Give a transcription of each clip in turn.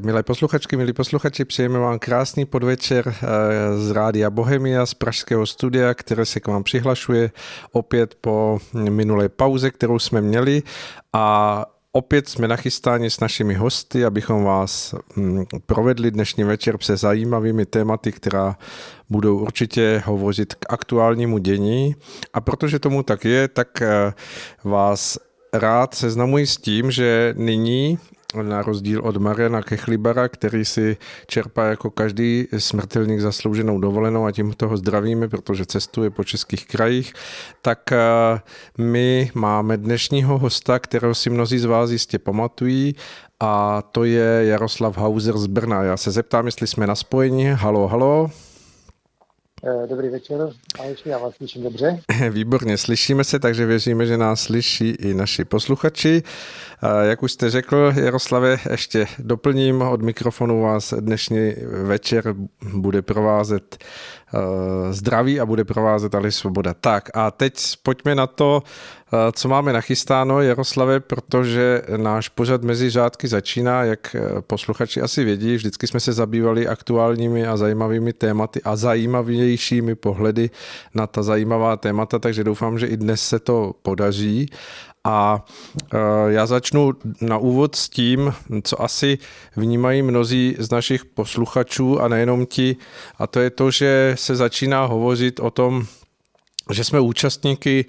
Milé posluchačky, milí posluchači, přejeme vám krásný podvečer z Rádia Bohemia, z pražského studia, které se k vám přihlašuje opět po minulé pauze, kterou jsme měli, a opět jsme nachystáni s našimi hosty, abychom vás provedli dnešní večer se zajímavými tématy, která budou určitě hovořit k aktuálnímu dění. A protože tomu tak je, tak vás rád seznamuji s tím, že nyní, na rozdíl od Mariana Kechlibara, který si čerpá jako každý smrtelník zaslouženou dovolenou, a tím toho zdravíme, protože cestuje po českých krajích, tak my máme dnešního hosta, kterého si mnozí z vás jistě pamatují, a to je Jaroslav Hauser z Brna. Já se zeptám, jestli jsme na spojení. Halo, halo. Dobrý večer, Aleši, já vás slyším dobře. Výborně, slyšíme se, takže věříme, že nás slyší i naši posluchači. Jak už jste řekl, Jaroslave, ještě doplním, od mikrofonu vás dnešní večer bude provázet zdraví a bude provázet Aleš Svoboda. Tak a teď pojďme na to, co máme nachystáno, Jaroslave, protože náš pořad Mezi řádky začíná, jak posluchači asi vědí, vždycky jsme se zabývali aktuálními a zajímavými tématy a zajímavějšími pohledy na ta zajímavá témata, takže doufám, že i dnes se to podaří. A já začnu na úvod s tím, co asi vnímají mnozí z našich posluchačů a nejenom ti, a to je to, že se začíná hovořit o tom, že jsme účastníky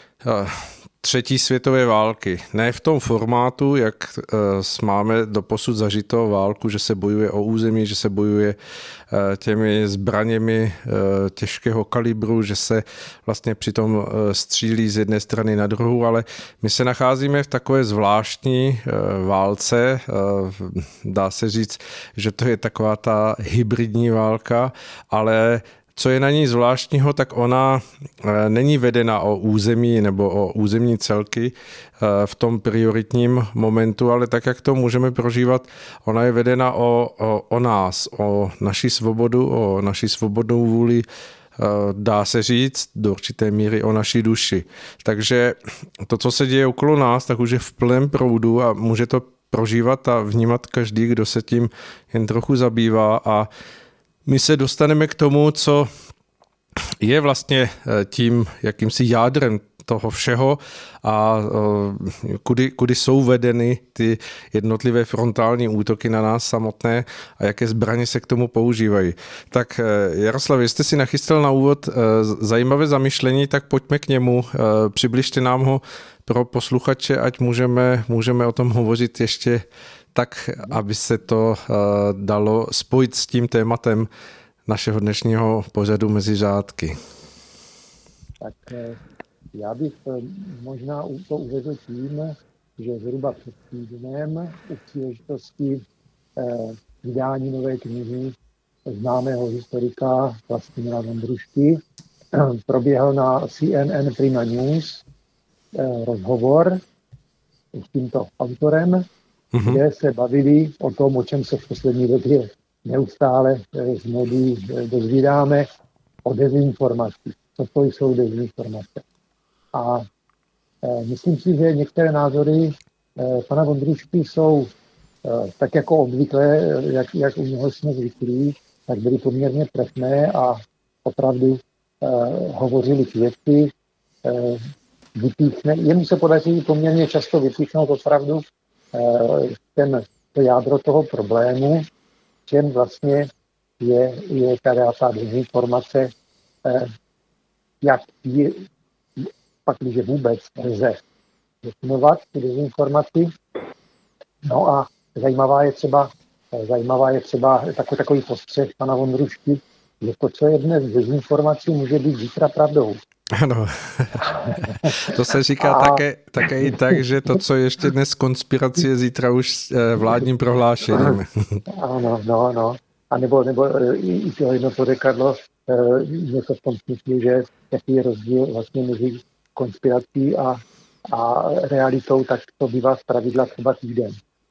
třetí světové války. Ne v tom formátu, jak máme doposud zažitou válku, že se bojuje o území, že se bojuje těmi zbraněmi těžkého kalibru, že se vlastně přitom střílí z jedné strany na druhou, ale my se nacházíme v takové zvláštní válce. Dá se říct, že to je taková ta hybridní válka, ale co je na ní zvláštního, tak ona není vedena o území nebo o územní celky v tom prioritním momentu, ale tak, jak to můžeme prožívat, ona je vedena o nás, o naši svobodu, o naši svobodnou vůli, dá se říct do určité míry o naší duši. Takže to, co se děje okolo nás, tak už je v plném proudu a může to prožívat a vnímat každý, kdo se tím jen trochu zabývá, a my se dostaneme k tomu, co je vlastně tím jakýmsi jádrem toho všeho a kudy jsou vedeny ty jednotlivé frontální útoky na nás samotné a jaké zbraně se k tomu používají. Tak Jaroslav, jste si nachystal na úvod zajímavé zamyšlení, tak pojďme k němu, přibližte nám ho pro posluchače, ať můžeme o tom hovořit ještě tak, aby se to dalo spojit s tím tématem našeho dnešního pořadu Mezi řádky. Tak já bych možná to uvedl tím, že zhruba před týdnem u příležitosti vydání nové knihy známého historika Vlastimila Vondrušky proběhl na CNN Prima News rozhovor s tímto autorem, kde se bavili o tom, o čem se v poslední době neustále z médií dozvídáme, o dezinformaci. Co to jsou dezinformace? A myslím si, že některé názory pana Vondrušky jsou tak jako obvykle, jak u něho jsme zvyklí, tak byly poměrně trefné a opravdu hovořili k věci. Jemu se podaří poměrně často vypíchnout opravdu to jádro toho problému, čem vlastně je ta dezinformace, jak pak, když vůbec lze definovat tu dezinformaci. No a zajímavá je třeba takový postřeh pana Vondrušky, že to, co je dnes dezinformací, může být zítra pravdou. Ano, to se říká také i tak, že to, co je ještě dnes konspirací, je zítra už vládním prohlášením. Ano, no. A nebo i to jedno pořekadlo, něco v tom smyslu, že jaký je rozdíl vlastně mezi konspirací a realitou, tak to bývá zpravidla třeba týden.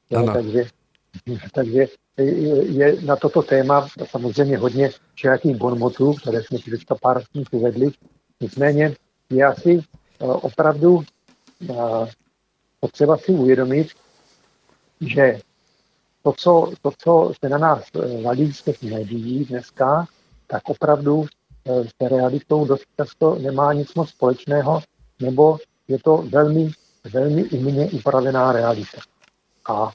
Takže je na toto téma samozřejmě hodně všelijakých bonmotů, které jsme si teďka pár z nich uvedli. Nicméně je asi opravdu potřeba si uvědomit, že co se na nás valí z těch médií dneska, tak opravdu s realitou dost často nemá nic moc společného, nebo je to velmi, velmi uměně upravená realita. A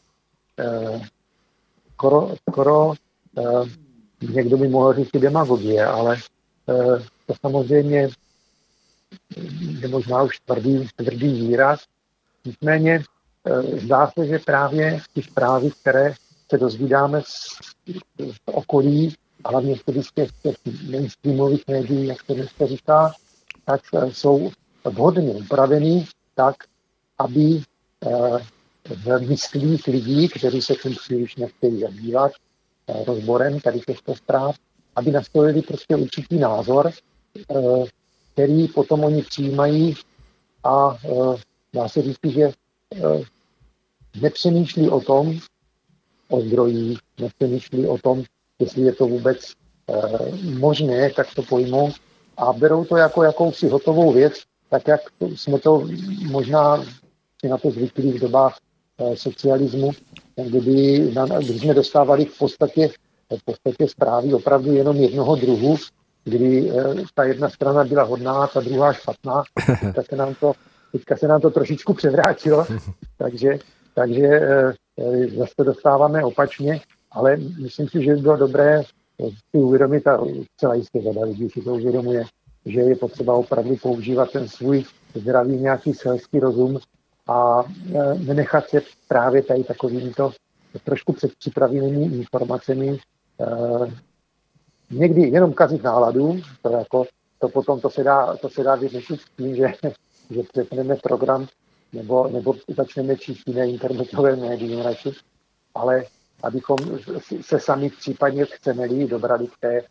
skoro někdo by mohl říct i demagogie, ale to samozřejmě je možná už tvrdý výraz. Nicméně zdá se, že právě ty zprávy, které se dozvídáme z okolí, a hlavně z těch mainstreamových médií, jak se dneska říká, tak jsou vhodně upravený tak, aby v myslích lidí, kteří se tím příliš nechtějí zabývat rozborem tady těchto zpráv, aby nastolili prostě určitý názor, který potom oni přijímají a dá se říct, že nepřemýšlí o zdrojích, nepřemýšlí o tom, jestli je to vůbec možné, tak to pojmou a berou to jako jakousi hotovou věc, tak jak jsme to možná si na to zvyklí v dobách socialismu, když jsme dostávali v podstatě zprávy opravdu jenom jednoho druhu, kdy ta jedna strana byla hodná, ta druhá špatná. Teďka se nám to trošičku převrátilo, takže zase to dostáváme opačně, ale myslím si, že by bylo dobré si uvědomit, a celá jistě řada lidí si to uvědomuje, že je potřeba opravdu používat ten svůj zdravý nějaký selský rozum a nenechat se právě tady takovýmto trošku předpřipravenými informacemi někdy jenom kazit náladu, to se dá vyřešit s tím, že přepneme program nebo začneme číst jiné internetové médium radši, ale abychom se sami případně chceme-li dobrali k té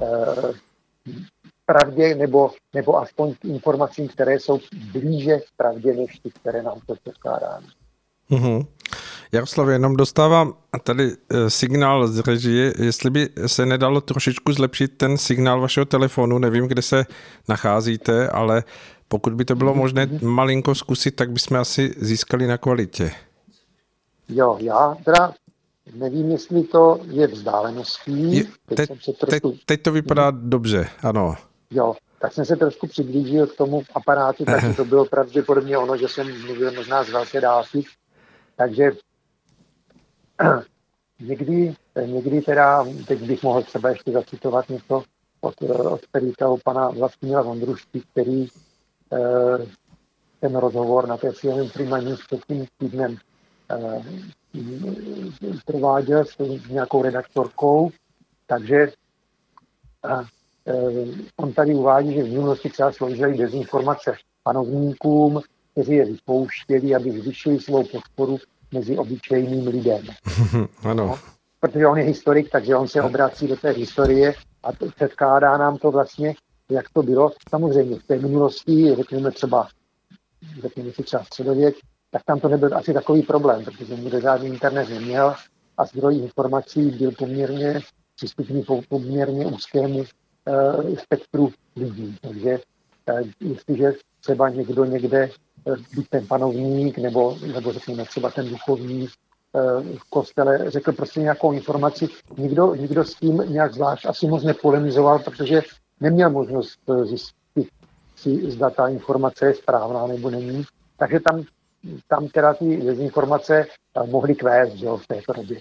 pravdě nebo aspoň k informacím, které jsou blíže pravdě než ty, které nám to předkládáme. Mm-hmm. Jaroslav, jenom dostávám tady signál z režie, jestli by se nedalo trošičku zlepšit ten signál vašeho telefonu, nevím, kde se nacházíte, ale pokud by to bylo možné malinko zkusit, tak bychom asi získali na kvalitě. Jo, já teda nevím, jestli to je vzdáleností. Teď to vypadá dobře, ano. Jo, tak jsem se trošku přiblížil k tomu aparátu, takže to bylo pravděpodobně ono, že jsem mluvil možná z velké dálky. Takže někdy teda, teď bych mohl třeba ještě zacitovat něco od toho pana Vlastimila Vondrušky, který ten rozhovor na té CNN Prima News před tím týdnem prováděl s nějakou redaktorkou, takže on tady uvádí, že v minulosti třeba sloužily dezinformace panovníkům, kteří je vypouštěli, aby zvýšili svou podporu mezi obyčejným lidem. Ano. No, protože on je historik, takže on se obrací do té historie a předkládá nám to vlastně, jak to bylo. Samozřejmě v té minulosti, řekněme si třeba středověk, tak tam to nebyl asi takový problém, protože nikdo žádný internet neměl a zdroj informací byl poměrně přístupný poměrně úzkému spektru lidí. Takže jestliže třeba někdo někde, buď ten panovník, nebo řekněme třeba ten duchovní v kostele, řekl prostě nějakou informaci, nikdo s tím nějak zvlášť asi moc nepolemizoval, protože neměl možnost zjistit si, zda ta informace je správná nebo není. Takže tam teda ty dezinformace mohly kvést, že jo, v této době.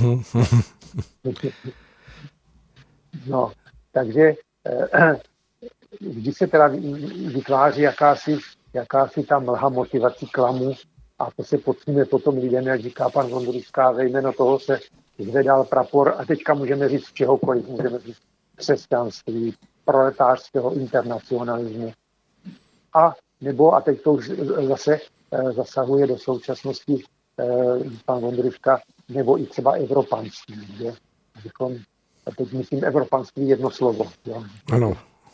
No, takže když se teda vytváří jakási ta mlha motivací klamu a to se podsunuje potom lidem, jak říká pan Vondruška, ve jméno toho se zvedal prapor a teďka můžeme říct čehokoliv, můžeme říct křesťanství, proletářského internacionalismu. A teď to už zase zasahuje do současnosti pan Vondruška, nebo i třeba evropanství. Že? Teď myslím evropanství jedno slovo. Jo? Ano.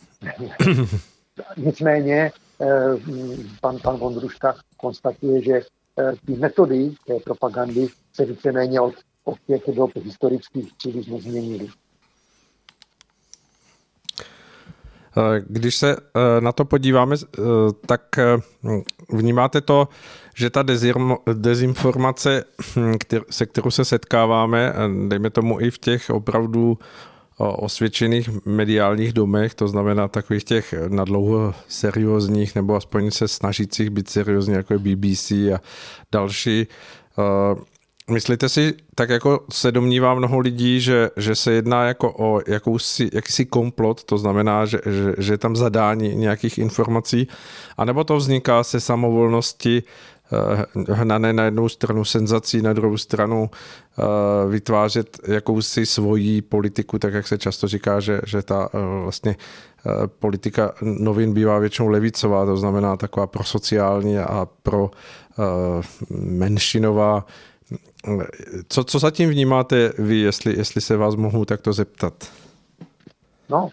Nicméně pan Vondruška konstatuje, že ty metody té propagandy se víceméně od těch dob historických příliš nezměnily. Když se na to podíváme, tak vnímáte to, že ta dezinformace, se kterou se setkáváme, dejme tomu i v těch opravdu osvědčených mediálních domech, to znamená takových těch nadlouho seriózních nebo aspoň se snažících být seriózní, jako je BBC a další. Myslíte si, tak jako se domnívá mnoho lidí, že se jedná jako o jakýsi komplot, to znamená, že je tam zadání nějakých informací, anebo to vzniká se samovolnosti hnané na jednu stranu senzací, na druhou stranu vytvářet jakousi svoji politiku, tak jak se často říká, že ta vlastně politika novin bývá většinou levicová, to znamená taková prosociální a pro menšinová. Co zatím vnímáte vy, jestli se vás mohu takto zeptat? No,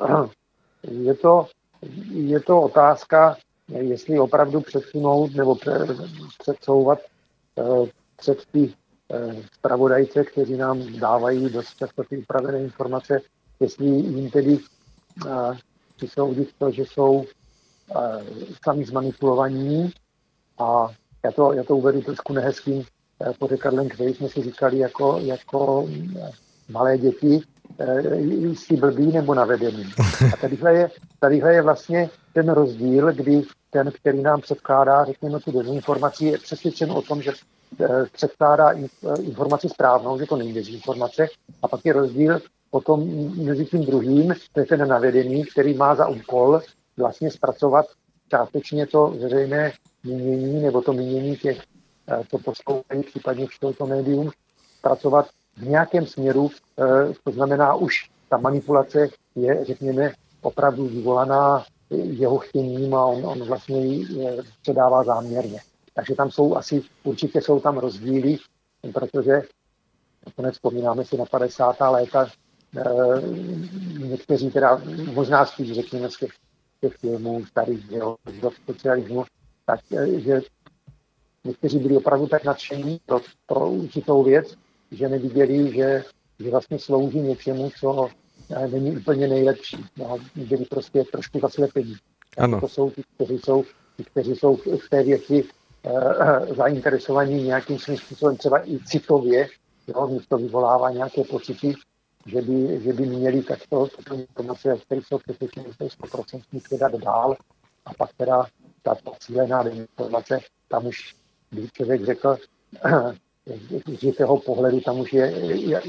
je to otázka, jestli opravdu předsunout nebo předsouvat před ty zpravodajce, kteří nám dávají dost často ty upravené informace, jestli jim tedy přisoudit to, že jsou sami zmanipulovaní. A já to uvedu trošku nehezkým pořekadlem, který jsme si říkali jako malé děti, jsi blbý nebo navedený. A tadyhle je vlastně ten rozdíl, kdy ten, který nám předkládá, řekněme, tu dezinformaci, je přesvědčen o tom, že předkládá informaci správnou, že to není dezinformace. A pak je rozdíl potom mezi tím druhým, to je ten navedený, který má za úkol vlastně zpracovat částečně to veřejné mínění nebo to mínění těch, co poslouchají, případně to médium, zpracovat v nějakém směru, to znamená už ta manipulace je, řekněme, opravdu vyvolaná jeho chtěním a on vlastně ji předává záměrně. Takže tam určitě jsou tam rozdíly, protože nakonec vzpomínáme si na 50. léta, někteří teda možná spíš, řekněme, z těch filmů starých, z socialismu, takže někteří byli opravdu tak nadšení pro určitou věc, že neviděli, že vlastně slouží něčemu, co není úplně nejlepší. No, byli prostě trošku zaslepení. To jsou ti, kteří jsou v té věci zainteresovaní nějakým svým způsobem, třeba i citově, to vyvolává nějaké pocity, že by měli takto informace, které jsou přesvědčeny, že jsou 100% předat dál. A pak teda ta cílená informace, tam už, když člověk řekl, z jeho pohledu tam už je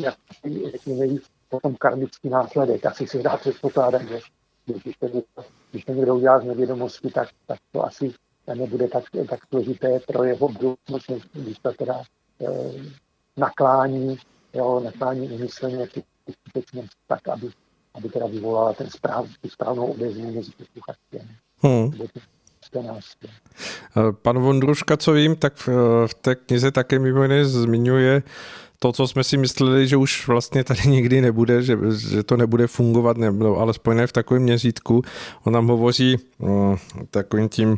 potom karmický následek. Asi se dá předpokládat, že když to někdo udělá z nevědomosti, tak to asi nebude tak složité pro jeho budoucnost, když to teda naklání umyslně tak, aby teda vyvolala tu správnou odezvu mezi posluchačem. Pan Vondruška, co vím, tak v té knize také mimo jiné zmiňuje to, co jsme si mysleli, že už vlastně tady nikdy nebude, že to nebude fungovat, nebo alespoň ne v takovém měřítku. On nám hovoří takovým tím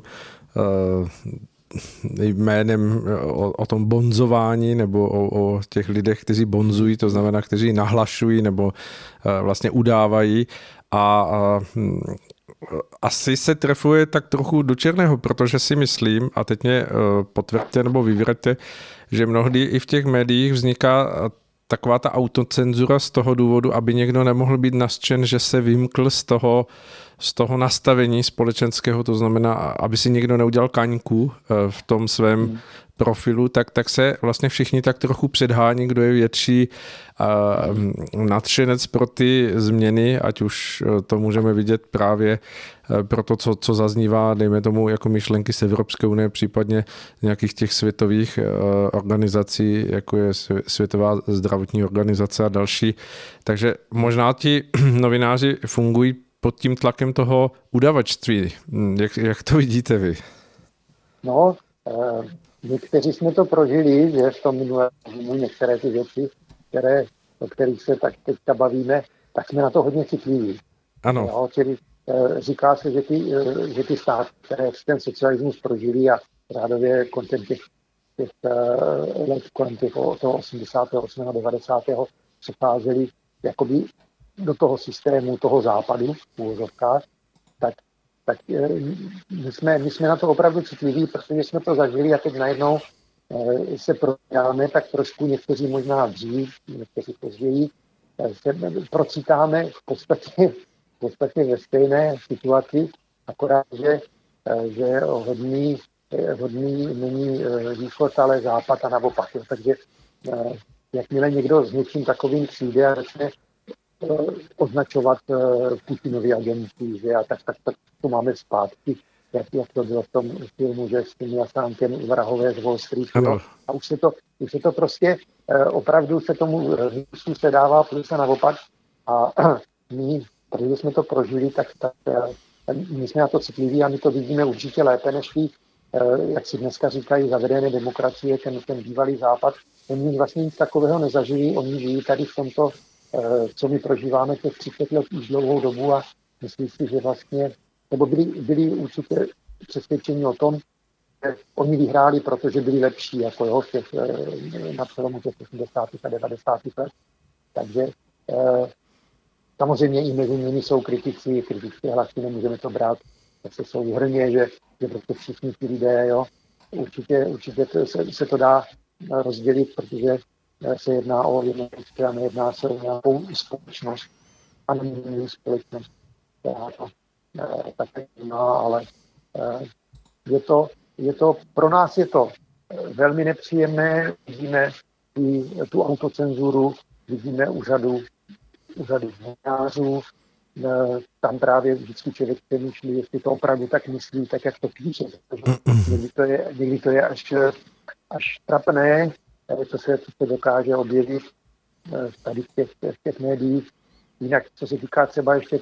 jménem o tom bonzování nebo o těch lidech, kteří bonzují, to znamená, kteří nahlašují nebo vlastně udávají a asi se trefuje tak trochu do černého, protože si myslím, a teď mě potvrďte nebo vyvraťte, že mnohdy i v těch médiích vzniká taková ta autocenzura z toho důvodu, aby někdo nemohl být nařčen, že se vymkl z toho nastavení společenského, to znamená, aby si někdo neudělal kaňku v tom svém profilu, tak se vlastně všichni tak trochu předhání, kdo je větší nadšenec pro ty změny, ať už to můžeme vidět právě pro to, co zaznívá, dejme tomu, jako myšlenky z Evropské unie, případně nějakých těch světových organizací, jako je Světová zdravotní organizace a další. Takže možná ti novináři fungují pod tím tlakem toho udavačství. Jak to vidíte vy? No, někteří jsme to prožili, že v tom minulém některé ty věci, o kterých se tak teďka bavíme, tak jsme na to hodně citliví. Ano. Jo, čili říká se, že ty státy, které ten socialismus prožili a řádově koncem těch let kolem toho 88. a 90. přecházeli jakoby do toho systému, toho západu v úvozovkách, tak my jsme na to opravdu citliví, protože jsme to zažili a teď najednou se prodáme, tak trošku někteří možná dřív, někteří později, se procítáme v podstatě ve stejné situaci, akorát, že hodný není východ, ale západ a naopak. Takže jakmile někdo s něčím takovým přijde a začne označovat Putinovi agentů, že a tak to máme zpátky, jak to bylo v tom filmu, že s tím Assankem vrahové z Wall Street. A už se to prostě opravdu se tomu růstu se dává plus a naopak. A my, protože jsme to prožili, tak my jsme na to citliví a my to vidíme určitě lépe, než jak si dneska říkají, zavedené demokracie, ten bývalý západ. Oni vlastně nic takového nezažili, oni žijí tady v tomto, co my prožíváme těch 30 let už dlouhou dobu a myslím si, že vlastně, nebo byli určitě přesvědčení o tom, že oni vyhráli, protože byli lepší, jako na přelomu těch 80. a 90. let. Takže samozřejmě i mezi nimi jsou kritické hlasy, nemůžeme to brát, zase jsou úhrně, že prostě všichni ti lidé, jo, určitě se to dá rozdělit, protože se jedná o jednotlivce a nejedná se o nějakou společnost, anonymní společnost, která to také má, ale pro nás je to velmi nepříjemné, vidíme tu autocenzuru, vidíme úřadu novinářů, tam právě vždycky člověk přemýšlí, jestli to opravdu tak myslí, tak jak to píše. Někdy to je až trapné, co se dokáže objevit tady v těch médiích. Jinak, co se týká třeba ještě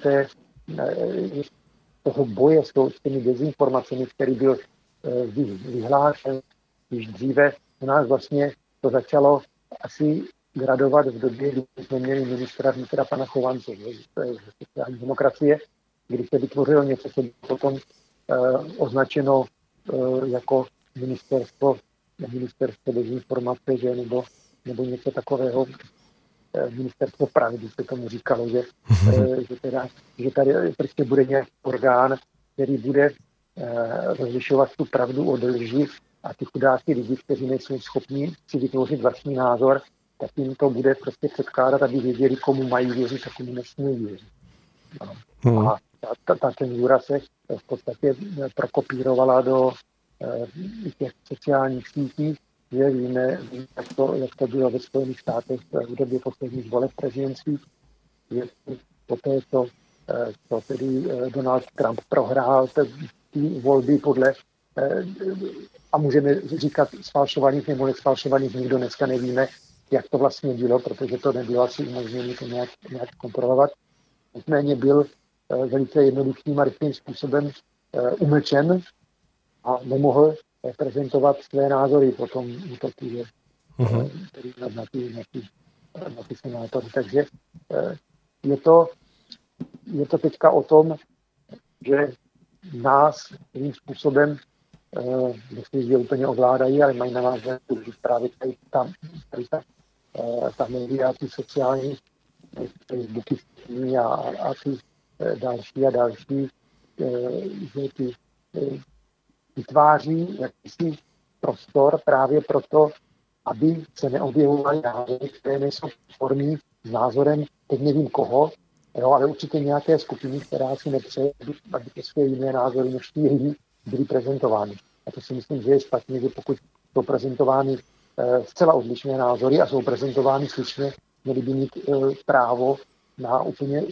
toho boje s těmi dezinformacemi, který byl vyhlášen již dříve, u nás vlastně to začalo asi gradovat v době, kdy jsme měli ministra vnitra pana Chovance, sociální demokracie, kdy se vytvořilo něco, co bylo potom označeno jako ministerstvo dezinformace, že, nebo něco takového, ministerstvo pravdy se tomu říkalo, že tady prostě bude nějaký orgán, který bude rozlišovat tu pravdu od lži a ty chudáky lidi, kteří nejsou schopni si vytvořit vlastní názor, tak jim to bude prostě předkládat, aby věděli, komu mají věřit a komu nesmí věřit. No. A ta cenzura se v podstatě prokopírovala do těch sociálních sítí, že víme, jak to bylo ve Spojených státech v době posledních voleb prezidentských. Poté, co tedy Donald Trump prohrál ty volby podle, a můžeme říkat sfalšovaných nebo nesfalšovaných, nikdo dneska nevíme, jak to vlastně bylo, protože to nebylo asi umožněné to nějak kontrolovat. Nicméně byl velice jednoduchým a rychlým způsobem umlčen a nemohl prezentovat své názory po tom útoku, který na ty senátory. Takže je to teďka o tom, že nás tím způsobem myslím, že úplně ovládají, ale mají na nás právě tady ta média, ty sociální Facebooky a ty další, že ty vytváří jakýsi prostor právě proto, aby se neobjevovaly názory, které nejsou formí s názorem, teď nevím koho, jo, ale určitě nějaké skupiny, která si nepřeje, aby ty své jiné názory než ty jiní byly prezentovány. A to si myslím, že je špatně, že pokud jsou prezentovány zcela odlišné názory a jsou prezentovány slušně, měli by mít právo na úplně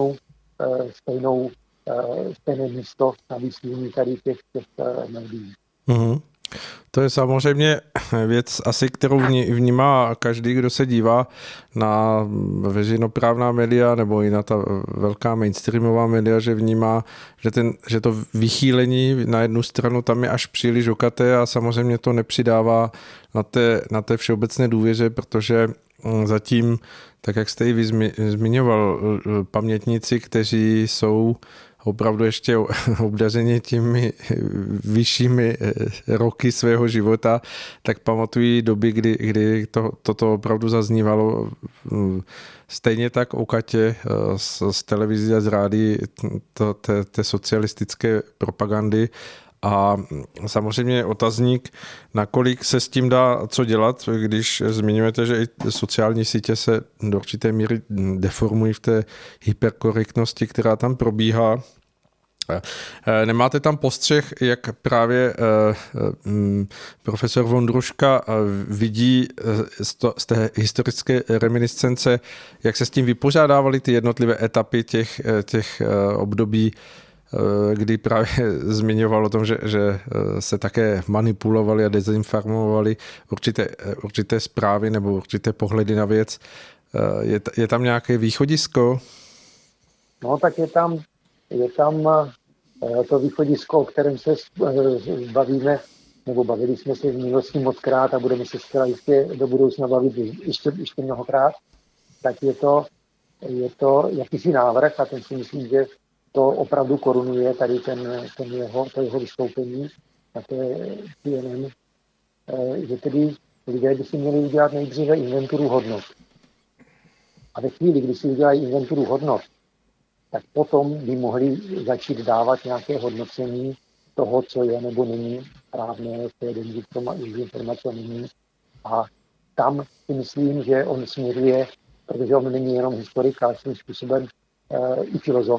stejné místo na vysílání tady těch médií. Mm-hmm. To je samozřejmě věc asi, kterou vnímá každý, kdo se dívá na veřejnoprávná média nebo i na ta velká mainstreamová média, že vnímá, že to vychýlení na jednu stranu tam je až příliš okaté a samozřejmě to nepřidává na té všeobecné důvěře, protože zatím, tak jak jste i vy zmiňoval, pamětníci, kteří jsou opravdu ještě obdaření těmi vyššími roky svého života, tak pamatují doby, kdy toto opravdu zaznívalo. Stejně tak o Katě z televizí a z rádií té socialistické propagandy. A samozřejmě otazník, nakolik se s tím dá co dělat, když zmiňujete, že i sociální sítě se do určité míry deformují v té hyperkorektnosti, která tam probíhá. Nemáte tam postřeh, jak právě profesor Vondruška vidí z té historické reminiscence, jak se s tím vypořádávaly ty jednotlivé etapy těch období, kdy právě zmiňoval o tom, že se také manipulovali a dezinformovali určité zprávy nebo určité pohledy na věc. Je tam nějaké východisko? No tak je tam to východisko, o kterém se bavíme, nebo bavili jsme se v minulosti mockrát a budeme se zcela jistě do budoucna bavit ještě mnohokrát, tak je to jakýsi návrh a ten si myslím, že to opravdu korunuje tady to jeho vystoupení na té CNN, že tedy lidé by si měli udělat nejdříve inventuru hodnot. A ve chvíli, kdy si udělají inventuru hodnot, tak potom by mohli začít dávat nějaké hodnocení toho, co je nebo není správné, co je dezinformace není. A tam si myslím, že on směřuje, protože on není jenom historik, ale svým způsobem i filozof,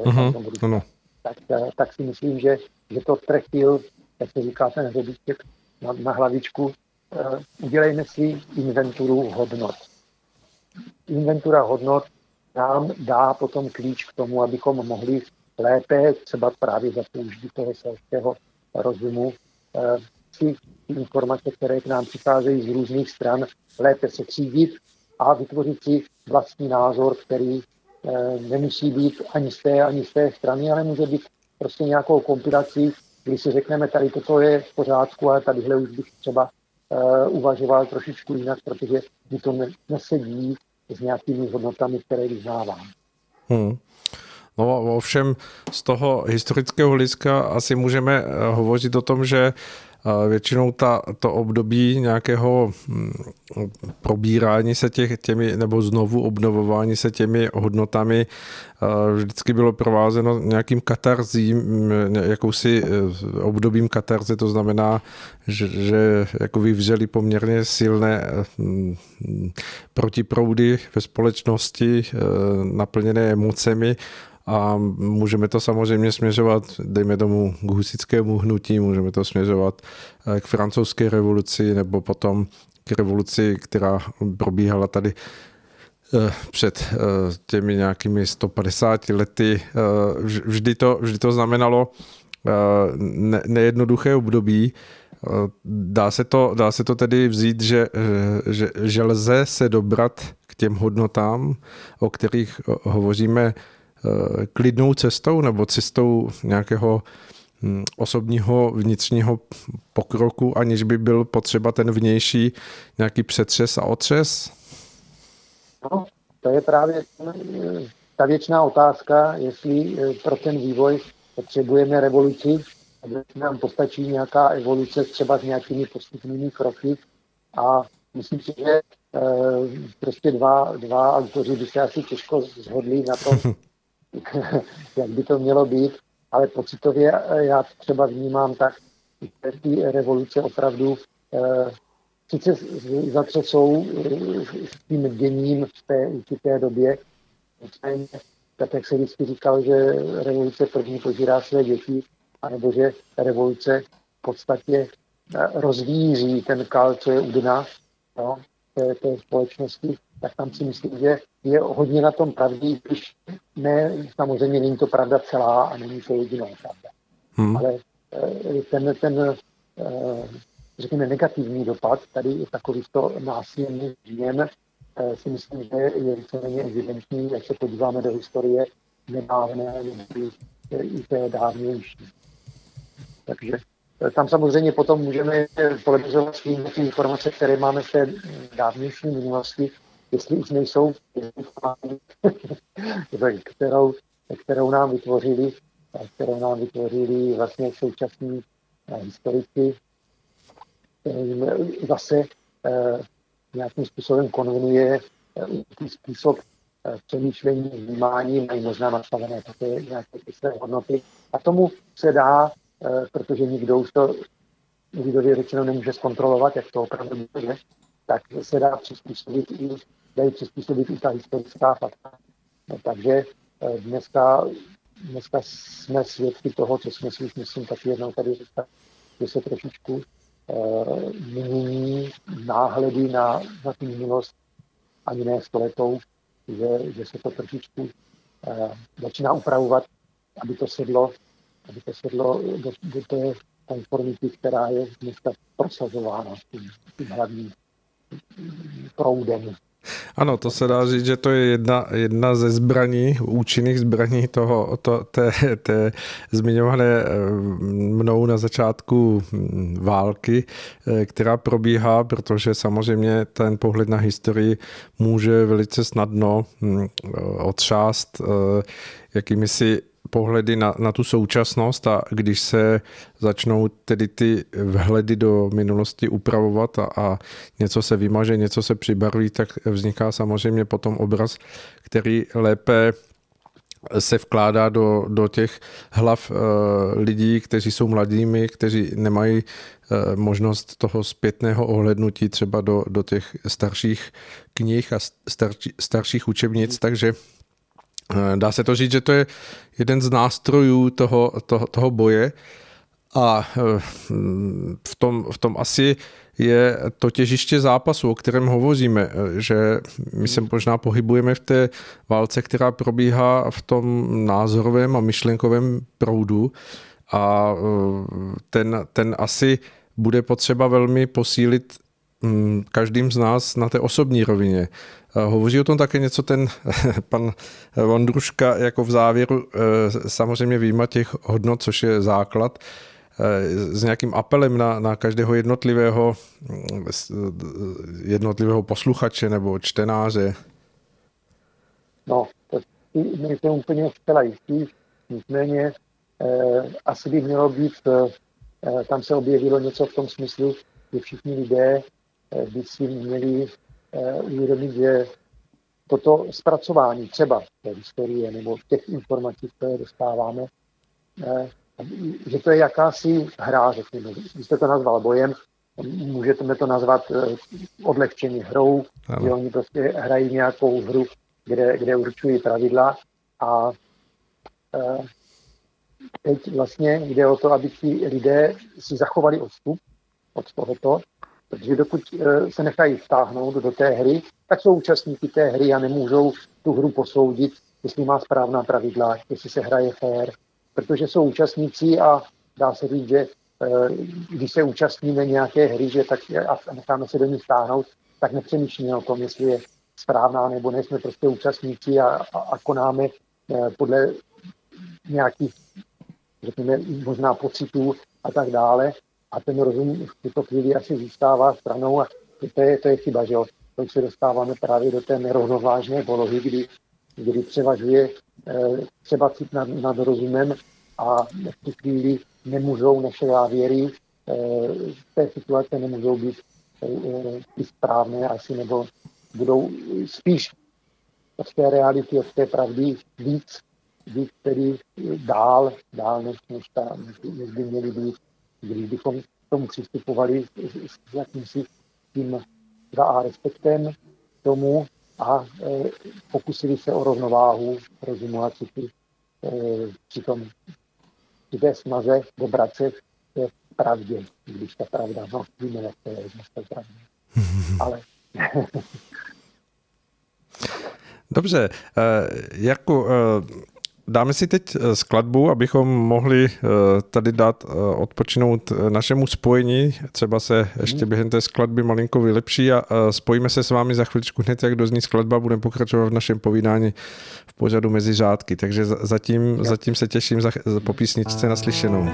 tak si myslím, že to trefil, jak se říká ten hřebíček na hlavičku. Udělejme si inventuru hodnot. Inventura hodnot nám dá potom klíč k tomu, abychom mohli lépe, třeba právě za použití toho selského rozumu, si informace, které k nám přicházejí z různých stran, lépe se třídit a vytvořit si vlastní názor, který nemusí být ani z té strany, ale může být prostě nějakou kompilací, kdy si řekneme, tady toto je v pořádku, ale tadyhle už bych třeba uvažoval trošičku jinak, protože mi to nesedí s nějakými hodnotami, které vyznávám. No ovšem z toho historického hlediska asi můžeme hovořit o tom, že většinou to období nějakého probírání se těmi nebo znovu obnovování se těmi hodnotami vždycky bylo provázeno nějakým katarzím, jakousi obdobím katarze, to znamená, že jako vyvřeli poměrně silné protiproudy ve společnosti naplněné emocemi. A můžeme to samozřejmě směřovat, dejme tomu, k husitskému hnutí, můžeme to směřovat k francouzské revoluci nebo potom k revoluci, která probíhala tady před těmi nějakými 150 lety. Vždy to znamenalo nejednoduché období. Dá se to tedy vzít, že lze se dobrat k těm hodnotám, o kterých hovoříme, klidnou cestou nebo cestou nějakého osobního vnitřního pokroku, aniž by byl potřeba ten vnější nějaký přetřes a otřes? No, to je právě ta věčná otázka, jestli pro ten vývoj potřebujeme revoluci, aby nám postačí nějaká evoluce třeba s nějakými postupnými kroky a myslím si, že prostě dva autoři by se asi těžko shodli na tom, jak by to mělo být, ale pocitově já třeba vnímám tak, že ty revoluce opravdu sice zatřesou s tím děním v té určité době, tak jak se vždycky říkal, že revoluce první požírá své děti, anebo že revoluce v podstatě rozvíří ten kal, co je u dna té společnosti, tak tam si myslím, že je hodně na tom pravdy, když ne, samozřejmě není to pravda celá a není to jediná pravda. Ale ten řekněme, negativní dopad tady takovýchto násilných změn si myslím, že je víceméně evidentní, jak se podíváme do historie nedávné i té dávnější. Takže tam samozřejmě potom můžeme polemizovat s tím informace, které máme z té dávnější minulosti, jestli už nejsou, kterou nám vytvořili které nám vytvořili vlastně současní historici, zase nějakým způsobem konvenuje způsob přemýšlení, vnímání, mají možná nastavené také nějaké své hodnoty. A tomu se dá, protože nikdo už to lidově řečeno nemůže zkontrolovat, jak to opravdu je, tak se dá přizpůsobit i ta historická fakta. No, takže dneska jsme svědky toho, co jsme si už myslím taky jednou tady říkali, že se trošičku mění náhledy na tu minulost, ani ne stoletou, že se to trošičku začíná upravovat, aby to sedlo do té konformity, která je dneska prosazována tím hlavním proudem. Ano, to se dá říct, že to je jedna ze zbraní, účinných zbraní té zmiňované mnou na začátku války, která probíhá, protože samozřejmě ten pohled na historii může velice snadno otřást jakýmisi pohledy na tu současnost, a když se začnou tedy ty vhledy do minulosti upravovat a něco se vymaže, něco se přibarví, tak vzniká samozřejmě potom obraz, který lépe se vkládá do těch hlav lidí, kteří jsou mladými, kteří nemají možnost toho zpětného ohlédnutí třeba do těch starších knih a starších učebnic, takže dá se to říct, že to je jeden z nástrojů toho boje, a v tom asi je to těžiště zápasu, o kterém hovoříme, že my se možná pohybujeme v té válce, která probíhá v tom názorovém a myšlenkovém proudu, a ten asi bude potřeba velmi posílit každým z nás na té osobní rovině. Hovoří o tom také něco ten pan Vondruška jako v závěru, samozřejmě vyjma těch hodnot, což je základ, s nějakým apelem na každého jednotlivého posluchače nebo čtenáře? No, to nejsem úplně zcela jistý, nicméně asi by mělo být, tam se objevilo něco v tom smyslu, že všichni lidé by si měli uvědomit, že toto zpracování třeba té historie nebo těch informací, které dostáváme, že to je jakási hra, řekněme. Vy jste to nazval bojem, můžete to nazvat odlehčeně hrou, že oni prostě hrají nějakou hru, kde určují pravidla, a teď vlastně jde o to, aby ti lidé si zachovali odstup od tohoto, protože dokud se nechají vtáhnout do té hry, tak jsou účastníky té hry a nemůžou tu hru posoudit, jestli má správná pravidla, jestli se hraje fair, protože jsou účastníci a dá se říct, že když se účastníme nějaké hry, že tak a necháme se do ní vtáhnout, tak nepřemýšlíme o tom, jestli je správná nebo ne, jsme prostě účastníci a konáme podle nějakých, řekněme, možná pocitů a tak dále. A ten rozum v tuto chvíli asi zůstává stranou a to je chyba, že jo. To se dostáváme právě do té nerovnovážné polohy, kdy převažuje třeba cit nad rozumem a v tu chvíli nemůžou naše závěry v té situace nemůžou být i správné asi, nebo budou spíš od té reality, od té pravdy víc tedy dál než by měly být, když bychom k tomu přistupovali s jakýmsi tím respektem tomu a pokusili se o rovnováhu rozumu a city při té snaze dobrat se k pravdě, když ta pravda, no víme, jak to je dneska pravda. Ale dobře, Jarku, dáme si teď skladbu, abychom mohli tady dát odpočinout našemu spojení. Třeba se ještě během té skladby malinko vylepší a spojíme se s vámi za chviličku hned, jak dozní skladba, budeme pokračovat v našem povídání v pořadu Mezi řádky. Takže zatím se těším po písničce naslyšenou.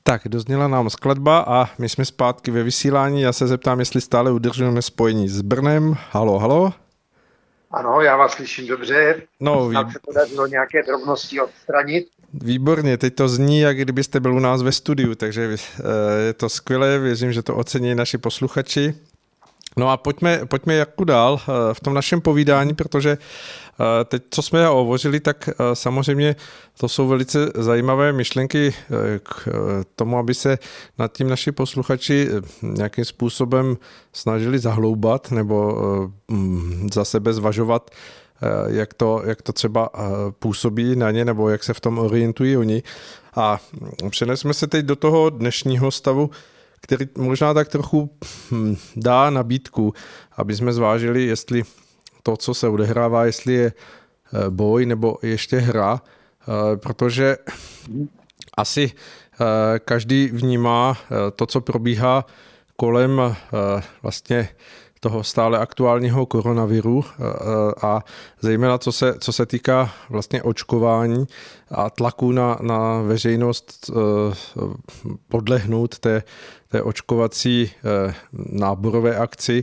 Tak, dozněla nám skladba a my jsme zpátky ve vysílání. Já se zeptám, jestli stále udržujeme spojení s Brnem. Halo, halo. Ano, já vás slyším dobře. No, Snad se podařilo nějaké drobnosti odstranit. Výborně, teď to zní, jak kdybyste byl u nás ve studiu, takže je to skvělé, věřím, že to ocení naši posluchači. No a pojďme jako dál v tom našem povídání, protože teď, co jsme hovořili, tak samozřejmě to jsou velice zajímavé myšlenky k tomu, aby se nad tím naši posluchači nějakým způsobem snažili zahloubat nebo za sebe zvažovat, jak to třeba působí na ně, nebo jak se v tom orientují oni. A přenesme se teď do toho dnešního stavu, který možná tak trochu dá nabídku, aby jsme zvážili, jestli to, co se odehrává, jestli je boj nebo ještě hra, protože asi každý vnímá to, co probíhá kolem vlastně toho stále aktuálního koronaviru a zejména co se týká vlastně očkování a tlaku na veřejnost podlehnout té očkovací náborové akci,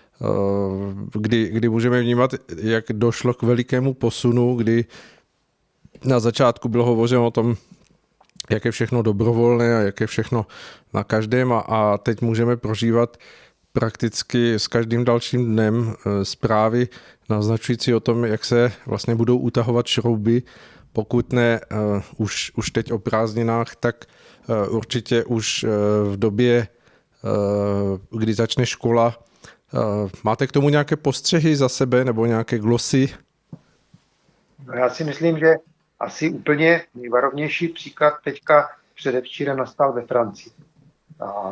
kdy můžeme vnímat, jak došlo k velikému posunu, kdy na začátku bylo hovořeno o tom, jak je všechno dobrovolné a jak je všechno na každém a teď můžeme prožívat prakticky s každým dalším dnem zprávy naznačující o tom, jak se vlastně budou utahovat šrouby, pokud ne už teď o prázdninách, tak určitě už v době, kdy začne škola. Máte k tomu nějaké postřehy za sebe nebo nějaké glosy? No já si myslím, že asi úplně nejvarovnější příklad teďka předevčírem nastal ve Francii. A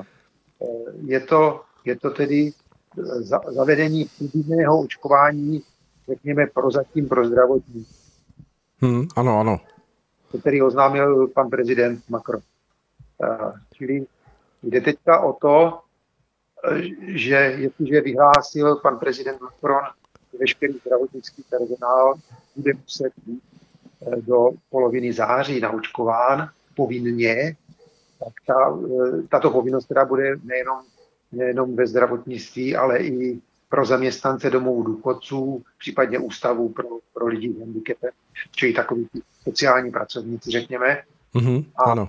je to tedy zavedení povinného očkování, řekněme, prozatím pro zdravotní. Ano. To tedy oznámil pan prezident Macron. Čili jde teďka o to, že jestliže vyhlásil pan prezident Macron, že veškerý zdravotnický personál bude muset být do poloviny září naočkován povinně, tak tato povinnost teda bude nejenom ve zdravotnictví, ale i pro zaměstnance domovů důchodců, případně ústavů pro lidi s handicapem, čili takový sociální pracovníci, řekněme. Ano.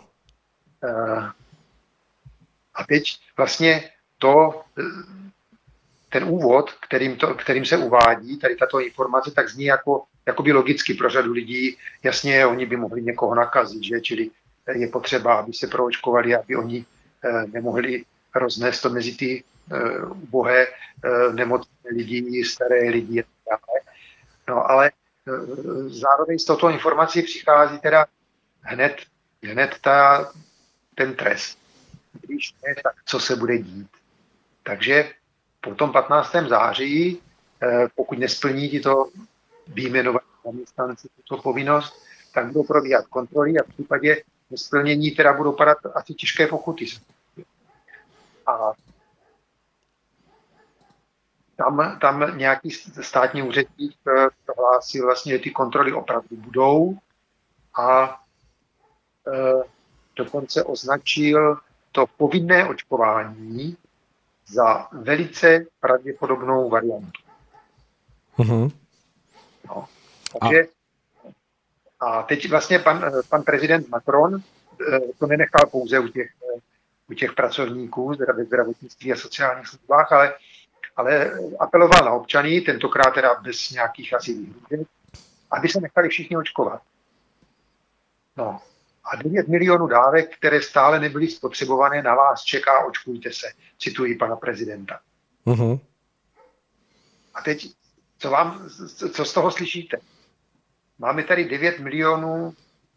A teď vlastně ten úvod, kterým se uvádí, tady tato informace, tak zní jakoby logicky pro řadu lidí. Jasně, oni by mohli někoho nakazit, že? Čili je potřeba, aby se proočkovali, aby oni nemohli roznést to mezi ty ubohé nemocné lidi, staré lidi a tak dále. No ale zároveň s touto informací přichází teda hned ten trest. Když ne, tak co se bude dít. Takže po tom 15. září, pokud nesplní tito vyjmenovaní zaměstnanci tuto povinnost, tak budou probíhat kontroly a v případě nesplnění teda budou padat asi těžké pokuty. A tam nějaký státní úředník prohlásil vlastně, že ty kontroly opravdu budou a dokonce označil to povinné očkování za velice pravděpodobnou variantu. No, takže a teď vlastně pan prezident Macron to nenechal pouze u těch pracovníků ve zdravotnictví a sociálních službách, ale apeloval na občany, tentokrát teda bez nějakých asi výhrůžek, aby se nechali všichni očkovat. No. A 9 milionů dávek, které stále nebyly spotřebované, na vás čeká, očkujte se, cituji pana prezidenta. A teď, co z toho slyšíte? Máme tady 9 milionů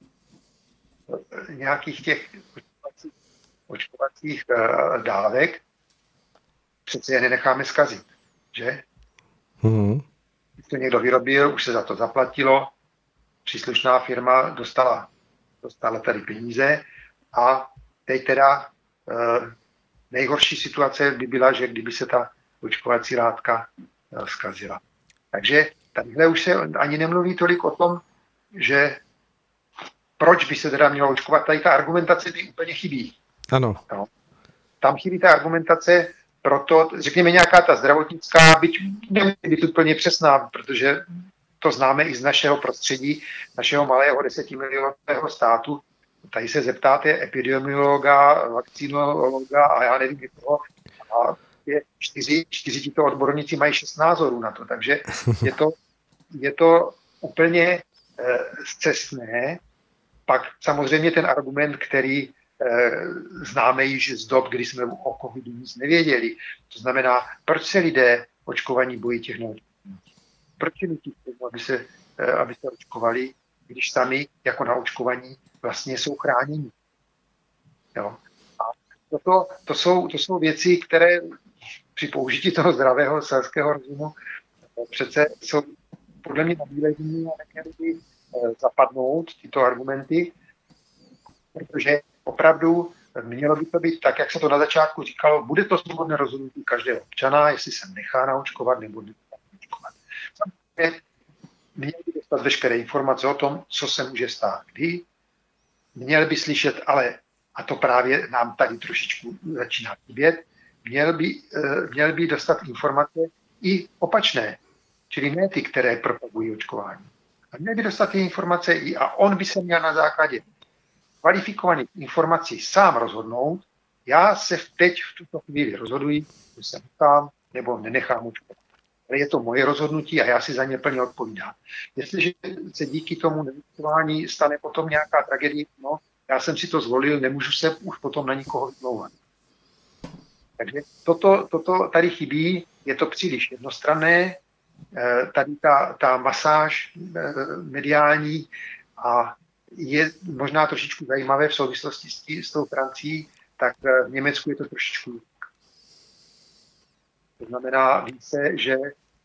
nějakých těch očkovacích dávek, přece je nenecháme zkazit, že? Když to někdo vyrobil, už se za to zaplatilo, příslušná firma dostala tady peníze a teď teda nejhorší situace by byla, že kdyby se ta očkovací látka zkazila. Takže tadyhle už se ani nemluví tolik o tom, že proč by se teda mělo očkovat. Tady ta argumentace mi úplně chybí. Ano. No. Tam chybí ta argumentace, proto, řekněme, nějaká ta zdravotnická, byť nemusí být úplně přesná, protože to známe i z našeho prostředí, našeho malého 10milionového státu. Tady se zeptáte epidemiologa, vakcinologa a já nevím koho, a čtyři tito odborníci mají 6 názorů na to, takže je to úplně scestné. Pak samozřejmě ten argument, který známe již z dob, kdy jsme o covidu nic nevěděli. To znamená, proč se lidé očkovaní bojí těch neočkovaných? Proč je nutí k tomu, aby se očkovali, když sami jako na očkovaní vlastně jsou chráněni? Jo? A to jsou věci, které při použití toho zdravého selského rozumu přece jsou podle mě nabílení a neměly by zapadnout tyto argumenty, protože opravdu mělo by to být tak, jak se to na začátku říkalo, bude to svobodné rozhodnutí každého občana, jestli se nechá naočkovat nebo nechá naočkovat. Samozřejmě měl by dostat veškeré informace o tom, co se může stát kdy, měl by slyšet, ale, a to právě nám tady trošičku začíná chybět, měl by dostat informace i opačné, čili ne ty, které propagují očkování. A měl by dostat ty informace i a on by se měl na základě kvalifikovaných informací sám rozhodnout, já se teď v tuto chvíli rozhoduji, že se nechám nebo nenechám očkovat. Ale je to moje rozhodnutí a já si za ně plně odpovídám. Jestliže se díky tomu neočkování stane potom nějaká tragédie, no, já jsem si to zvolil, nemůžu se už potom na nikoho vymlouvat. Takže toto tady chybí, je to příliš jednostranné, tady ta masáž mediální a je možná trošičku zajímavé v souvislosti s tou Francií, tak v Německu je to trošičku jinak. To znamená, ví se, že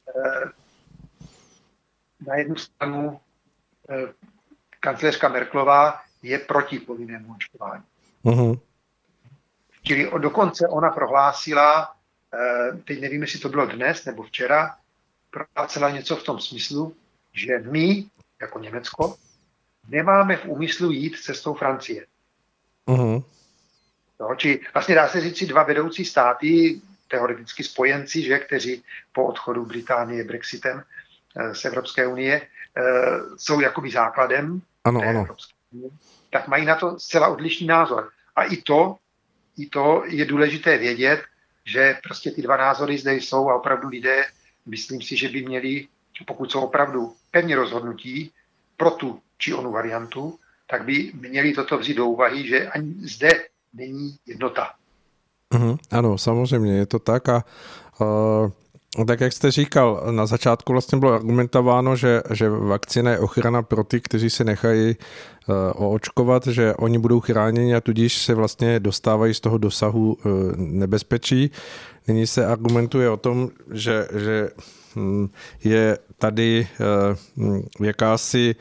na jednu stranu kancléřka Merkelová je proti povinnému očkování. Uh-huh. Čili dokonce ona prohlásila, teď nevím, jestli to bylo dnes nebo včera, prohlásila něco v tom smyslu, že my, jako Německo, nemáme v úmyslu jít cestou Francie. Uh-huh. No, či vlastně dá se říct si 2 vedoucí státy, teoreticky spojenci, že, kteří po odchodu Británie Brexitem z Evropské unie jsou jakoby základem Evropské unie, tak mají na to zcela odlišný názor. A i to je důležité vědět, že prostě ty 2 názory zde jsou a opravdu lidé, myslím si, že by měli, pokud jsou opravdu pevně rozhodnutí pro tu či onu variantu, tak by měli toto vzít do úvahy, že ani zde není jednota. Ano, samozřejmě je to tak a tak jak jste říkal, na začátku vlastně bylo argumentováno, že vakcína je ochrana pro ty, kteří se nechají oočkovat, že oni budou chráněni a tudíž se vlastně dostávají z toho dosahu nebezpečí. Nyní se argumentuje o tom, že je tady jakási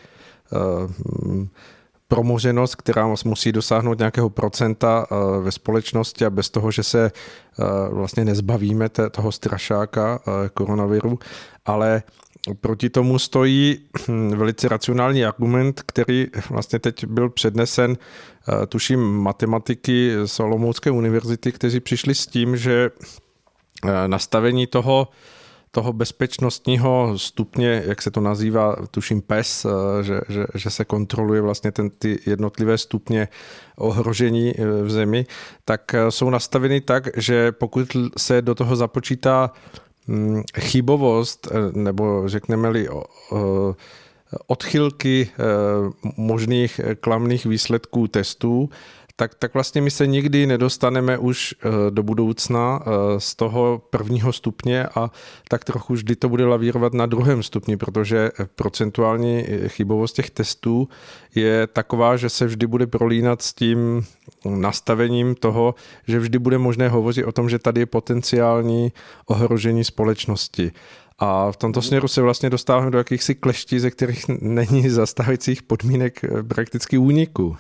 promoženost, která musí dosáhnout nějakého procenta ve společnosti a bez toho, že se vlastně nezbavíme toho strašáka koronaviru, ale proti tomu stojí velice racionální argument, který vlastně teď byl přednesen, tuším, matematiky z Olomoucké univerzity, kteří přišli s tím, že nastavení toho bezpečnostního stupně, jak se to nazývá, tuším PES, že se kontroluje vlastně ty jednotlivé stupně ohrožení v zemi, tak jsou nastaveny tak, že pokud se do toho započítá chybovost, nebo řekneme-li odchylky možných klamných výsledků testů, tak vlastně my se nikdy nedostaneme už do budoucna z toho 1. stupně a tak trochu vždy to bude lavírovat na 2. stupni, protože procentuální chybovost těch testů je taková, že se vždy bude prolínat s tím nastavením toho, že vždy bude možné hovořit o tom, že tady je potenciální ohrožení společnosti. A v tomto směru se vlastně dostáváme do jakýchsi kleští, ze kterých není za stávajících podmínek prakticky úniku.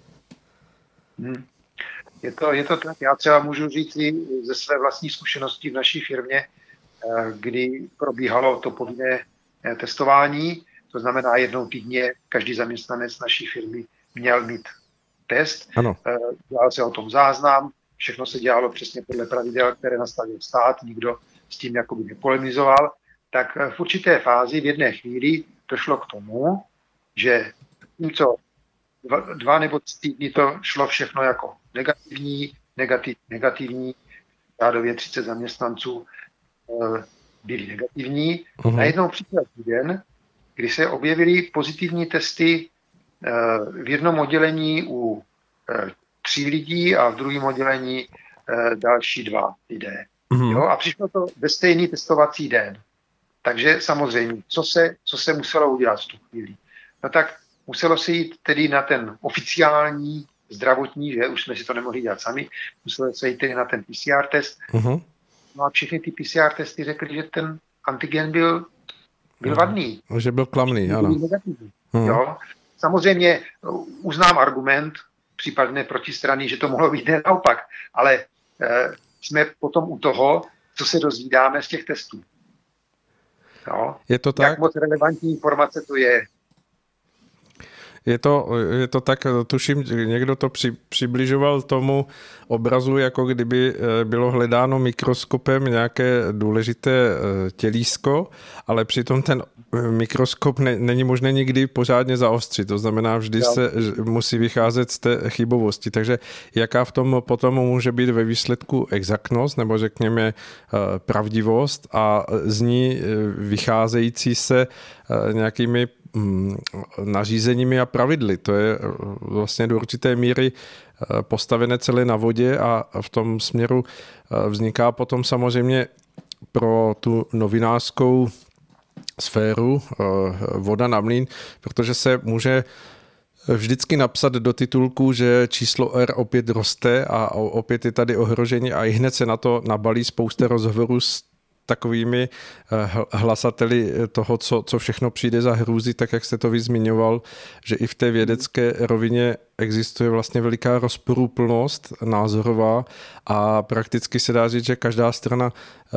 Je to tak. Já třeba můžu říct i ze své vlastní zkušenosti v naší firmě, kdy probíhalo to povinné testování, to znamená 1 týdně každý zaměstnanec naší firmy měl mít test, ano. Dělal se o tom záznam, všechno se dělalo přesně podle pravidel, které nastavil stát, nikdo s tím jakoby nepolemizoval, tak v určité fázi v jedné chvíli došlo k tomu, že něco 2 nebo 3 týdny to šlo všechno jako negativní, řádově 30 zaměstnanců byli negativní. Najednou přišel týden, kdy se objevily pozitivní testy v jednom oddělení u 3 lidí a v druhém oddělení další 2 lidé. Jo? A přišlo to ve stejný testovací den. Takže samozřejmě, co se muselo udělat v tu chvíli? No tak muselo se jít tedy na ten oficiální zdravotní, že už jsme si to nemohli dělat sami, muselo se jít tedy na ten PCR test. No a všechny ty PCR testy řekly, že ten antigen byl vadný. Že byl klamný, ano. Jo. Samozřejmě uznám argument případné protistrany, že to mohlo být naopak, ale jsme potom u toho, co se dozvídáme z těch testů. Jo. Je to tak? Jak moc relevantní informace to je. Je to tak, tuším, někdo to přibližoval tomu obrazu, jako kdyby bylo hledáno mikroskopem nějaké důležité tělísko, ale přitom ten mikroskop není možné nikdy pořádně zaostřit. To znamená, vždy se musí vycházet z té chybovosti. Takže jaká v tom potom může být ve výsledku exaktnost, nebo řekněme pravdivost a z ní vycházející se nějakými nařízeními a pravidly. To je vlastně do určité míry postavené celé na vodě a v tom směru vzniká potom samozřejmě pro tu novinářskou sféru voda na mlýn, protože se může vždycky napsat do titulku, že číslo R opět roste a opět je tady ohrožení a ihned se na to nabalí spousta rozhovorů s takovými hlasateli toho, co všechno přijde za hrůzy, tak jak jste to vy zmiňoval, že i v té vědecké rovině existuje vlastně veliká rozporuplnost názorová a prakticky se dá říct, že každá strana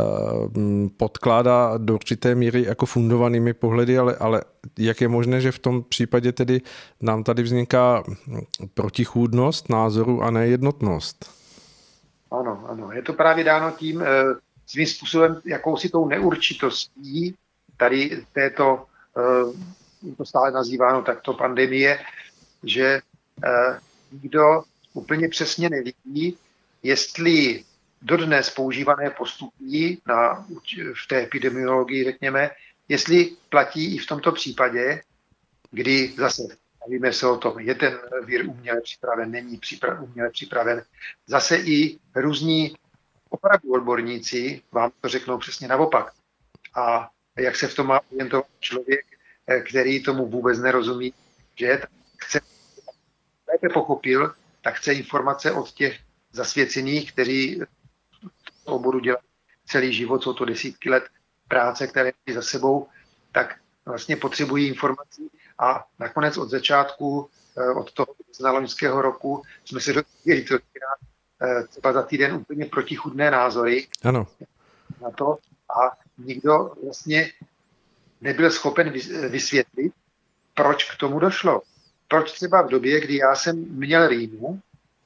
podkládá do určité míry jako fundovanými pohledy, ale jak je možné, že v tom případě tedy nám tady vzniká protichůdnost názoru a nejednotnost? Ano, je to právě dáno tím, svým způsobem jakousi tou neurčitostí tady této, to stále nazýváno takto pandemie, že nikdo úplně přesně neví, jestli dodnes používané postupy v té epidemiologii, řekněme, jestli platí i v tomto případě, kdy zase bavíme se o tom, je ten vír uměle připraven, není uměle připraven. Zase i různí opravdu odborníci vám to řeknou přesně naopak. A jak se v tom má orientovat člověk, který tomu vůbec nerozumí, že chce lépe pochopil, tak chce informace od těch zasvěcených, kteří v oboru dělají celý život, jsou to desítky let práce, které mají za sebou, tak vlastně potřebují informací a nakonec od začátku, od toho loňského roku jsme se dozvěděli třeba za týden úplně protichůdné názory na to a nikdo vlastně nebyl schopen vysvětlit, proč k tomu došlo. Proč třeba v době, kdy já jsem měl rýmu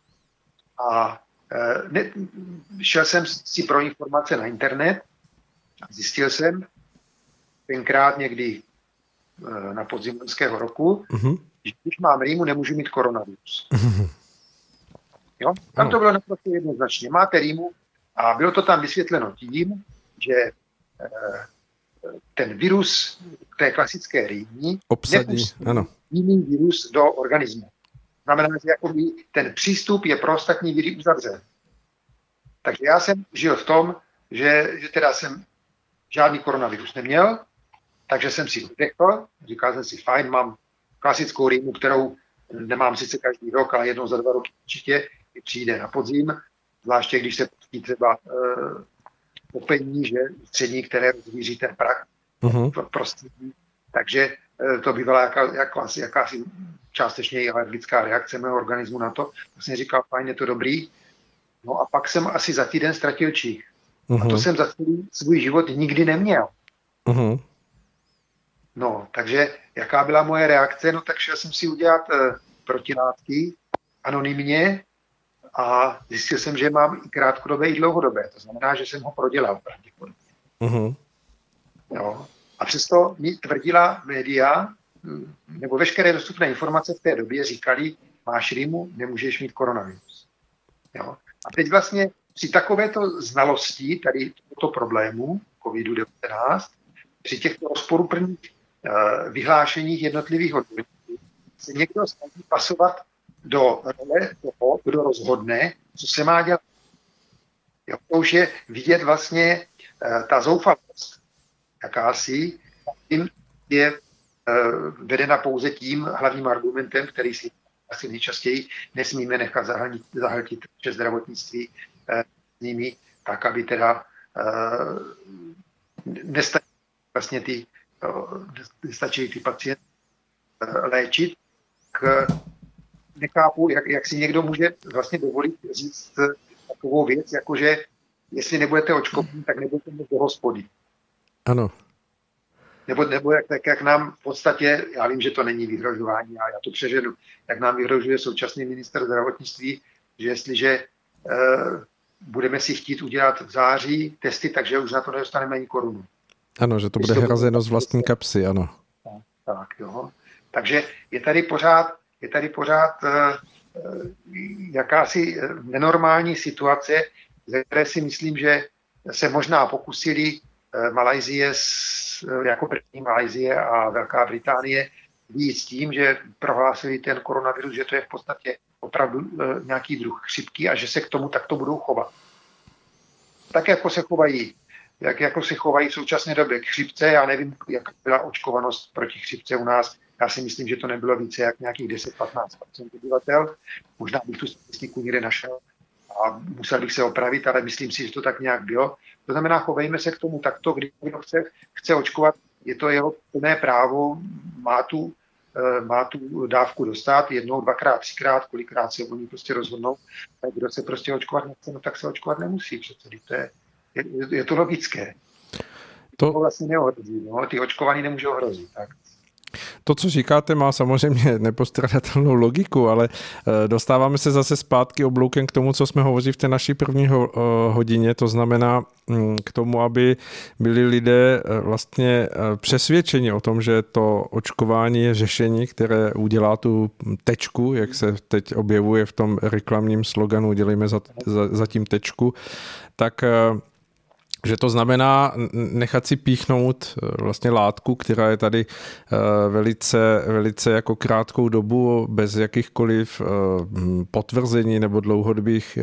a šel jsem si pro informace na internet a zjistil jsem tenkrát někdy na podzim loňského roku, že když mám rýmu, nemůžu mít koronavirus. Jo? Tam to bylo naprosto jednoznačně. Máte rýmu a bylo to tam vysvětleno tím, že ten virus té klasické rýmy obsadí jiný virus do organismu. Znamená, že jakoby ten přístup je pro ostatní viry uzavřen. Takže já jsem žil v tom, že teda jsem žádný koronavirus neměl, takže jsem si vydechl, říkal jsem si, fajn, mám klasickou rýmu, kterou nemám sice každý rok, ale jednou za 2 roky určitě přijde na podzim, zvláště když se pustí třeba popení, že střední, které rozvíří ten prach prostředí. Takže to bývala jakási částečně alergická reakce mého organismu na to. Tak jsem říkal, fajn, je to dobrý. No a pak jsem asi za týden ztratil čich. A to jsem za celý svůj život nikdy neměl. No, takže jaká byla moje reakce? No tak šel jsem si udělat protilátky anonymně a zjistil jsem, že mám i krátkodobé, i dlouhodobé. To znamená, že jsem ho prodělal pravděpodobně. Uh-huh. Jo. A přesto mi tvrdila média, nebo veškeré dostupné informace v té době říkali, máš rýmu, nemůžeš mít koronavirus. Jo. A teď vlastně při takovéto znalosti tady tohoto problému COVID-19, při těchto rozporuplných vyhlášeních jednotlivých odborníků se někdo snaží pasovat do role toho, kdo rozhodne, co se má dělat. Jo, to už je vidět vlastně ta zoufalost, jakási, tím je vedena pouze tím hlavním argumentem, který si asi nejčastěji nesmíme nechat zahltit přes zdravotnictví s nimi, tak aby teda nestačí ty pacienty léčit. Nechápu, jak si někdo může vlastně dovolit říct takovou věc, jakože jestli nebudete očkovaní, tak nebudete moct do hospody. Ano. Nebo jak nám v podstatě, já vím, že to není vyhrožování, a já to přeženu, jak nám vyhrožuje současný ministr zdravotnictví, že jestliže budeme si chtít udělat v září testy, takže už na to nedostaneme ani korunu. Ano, že to bude hrazeno z vlastní kapsy, ano. Tak, jo. Takže je tady pořád jakási nenormální situace, ze které si myslím, že se možná pokusili Malajsie, jako první Malajsie a Velká Británie vyjít s tím, že prohlásili ten koronavirus, že to je v podstatě opravdu nějaký druh chřipky a že se k tomu takto budou chovat. Tak jako se chovají, jako se chovají v současné době k chřipce, já nevím, jak byla očkovanost proti chřipce u nás, já si myslím, že to nebylo více jak nějakých 10-15% obyvatel, možná bych tu statistiku někde našel a musel bych se opravit, ale myslím si, že to tak nějak bylo. To znamená, chovejme se k tomu takto, když někdo chce očkovat, je to jeho plné právo, má tu dávku dostat jednou, dvakrát, třikrát, kolikrát se oni prostě rozhodnou. A kdo se prostě očkovat nechce, no tak se očkovat nemusí přece. Je to logické. To vlastně neohrozí. No? Ty očkovaný nemůžou ohrozit. Tak. To, co říkáte, má samozřejmě nepostradatelnou logiku, ale dostáváme se zase zpátky obloukem k tomu, co jsme hovořili v té naší první hodině, to znamená k tomu, aby byli lidé vlastně přesvědčeni o tom, že to očkování je řešení, které udělá tu tečku, jak se teď objevuje v tom reklamním sloganu "Udělejme za tím tečku", tak že to znamená nechat si píchnout vlastně látku, která je tady velice jako krátkou dobu bez jakýchkoliv potvrzení nebo dlouhodobých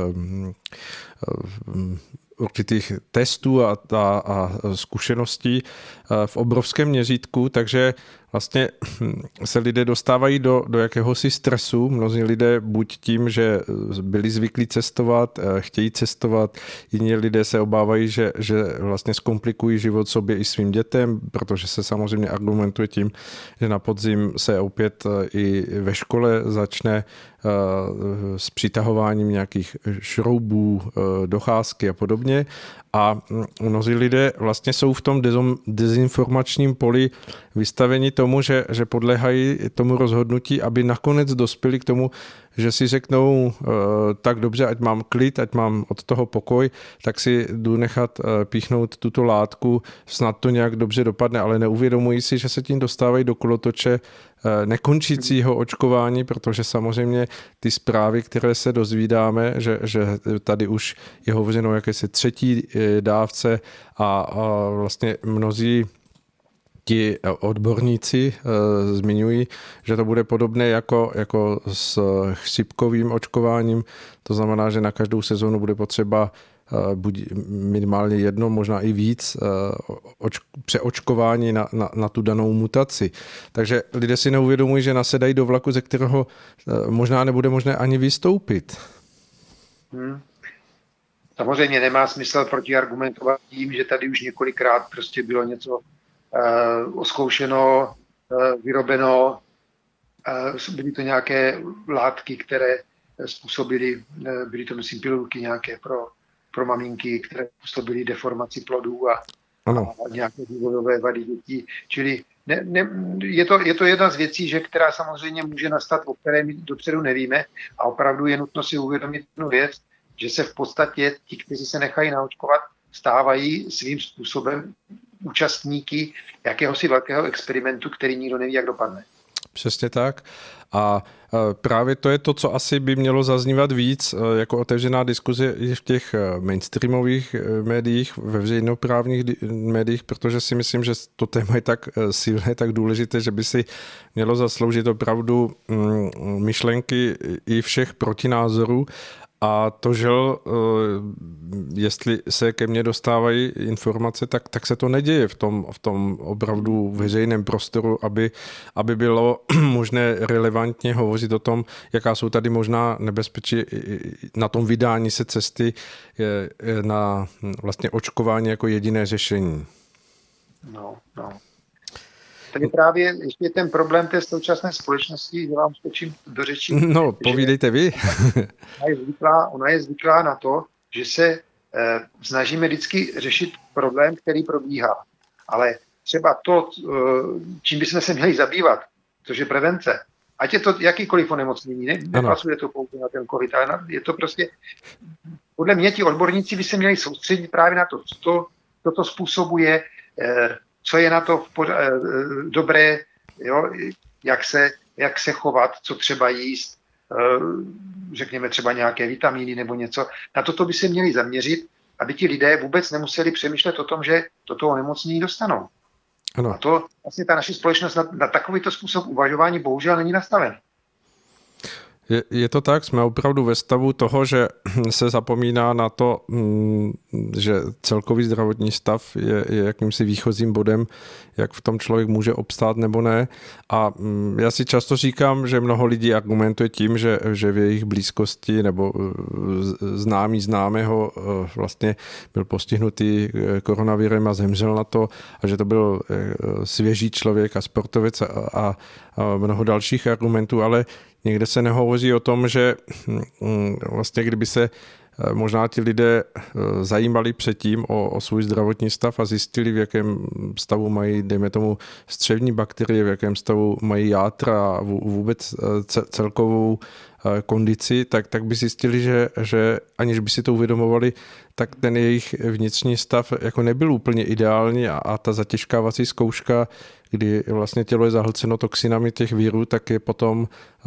určitých testů a zkušeností v obrovském měřítku, takže vlastně se lidé dostávají do jakéhosi stresu. Mnozí lidé buď tím, že byli zvyklí cestovat, chtějí cestovat, jiní lidé se obávají, že vlastně zkomplikují život sobě i svým dětem, protože se samozřejmě argumentuje tím, že na podzim se opět i ve škole začne s přitahováním nějakých šroubů, docházky a podobně. A mnozí lidé vlastně jsou v tom dezinformačním poli vystaveni tomu, že podléhají tomu rozhodnutí, aby nakonec dospěli k tomu, že si řeknou tak dobře, ať mám klid, ať mám od toho pokoj, tak si jdu nechat píchnout tuto látku, snad to nějak dobře dopadne, ale neuvědomují si, že se tím dostávají do kolotoče nekončícího očkování, protože samozřejmě ty zprávy, které se dozvídáme, že tady už je hovořeno o jakési třetí dávce a vlastně mnozí ti odborníci zmiňují, že to bude podobné jako s chřipkovým očkováním. To znamená, že na každou sezónu bude potřeba buď minimálně jedno, možná i víc přeočkování na tu danou mutaci. Takže lidé si neuvědomují, že nasedají do vlaku, ze kterého možná nebude možné ani vystoupit. Samozřejmě nemá smysl protiargumentovat tím, že tady už několikrát prostě bylo něco oskoušeno, vyrobeno, byly to nějaké látky, které způsobily, byly to myslím pilulky nějaké pro maminky, které způsobily deformaci plodů a Ano. A nějaké vývojové vady dětí. Čili je to jedna z věcí, že která samozřejmě může nastat, o které my dopředu nevíme, a opravdu je nutno si uvědomit jednu věc, že se v podstatě ti, kteří se nechají naočkovat, stávají svým způsobem účastníky jakéhosi velkého experimentu, který nikdo neví, jak dopadne. Přesně tak. A právě to je to, co asi by mělo zaznívat víc jako otevřená diskuze i v těch mainstreamových médiích, ve veřejnoprávních médiích, protože si myslím, že to téma je tak silné, tak důležité, že by si mělo zasloužit opravdu myšlenky i všech protinázorů. A to, že jestli se ke mně dostávají informace, tak se to neděje v tom opravdu veřejném prostoru, aby bylo možné relevantně hovořit o tom, jaká jsou tady možná nebezpečí na tom vydání se cesty na vlastně očkování jako jediné řešení. No. Tady právě ještě ten problém té současné společnosti, že vám skočím do řeči. No, povídejte vy. Ona je zvyklá na to, že se snažíme vždycky řešit problém, který probíhá. Ale třeba to, čím bychom se měli zabývat, což je prevence, ať je to jakýkoliv onemocnění, nepasuje to pouze na ten covid, ale je to prostě, podle mě ti odborníci by se měli soustředit právě na to, co to způsobuje, co je na to dobré, jo, jak se chovat, co třeba jíst, řekněme třeba nějaké vitamíny nebo něco. Na toto by se měli zaměřit, aby ti lidé vůbec nemuseli přemýšlet o tom, že toto onemocnění dostanou. Ano. A to vlastně ta naše společnost na takovýto způsob uvažování bohužel není nastaven. Je to tak, jsme opravdu ve stavu toho, že se zapomíná na to, že celkový zdravotní stav je jakýmsi výchozím bodem, jak v tom člověk může obstát nebo ne. A já si často říkám, že mnoho lidí argumentuje tím, že v jejich blízkosti nebo známého vlastně byl postihnutý koronavirem a zemřel na to a že to byl svěží člověk a sportovec a mnoho dalších argumentů, ale někde se nehovoří o tom, že vlastně kdyby se možná ti lidé zajímali předtím o svůj zdravotní stav a zjistili, v jakém stavu mají, dejme tomu, střevní bakterie, v jakém stavu mají játra a vůbec celkovou kondici, tak by zjistili, že aniž by si to uvědomovali, tak ten jejich vnitřní stav jako nebyl úplně ideální a ta zatěžkávací zkouška, kdy vlastně tělo je zahlceno toxinami těch virů, tak je potom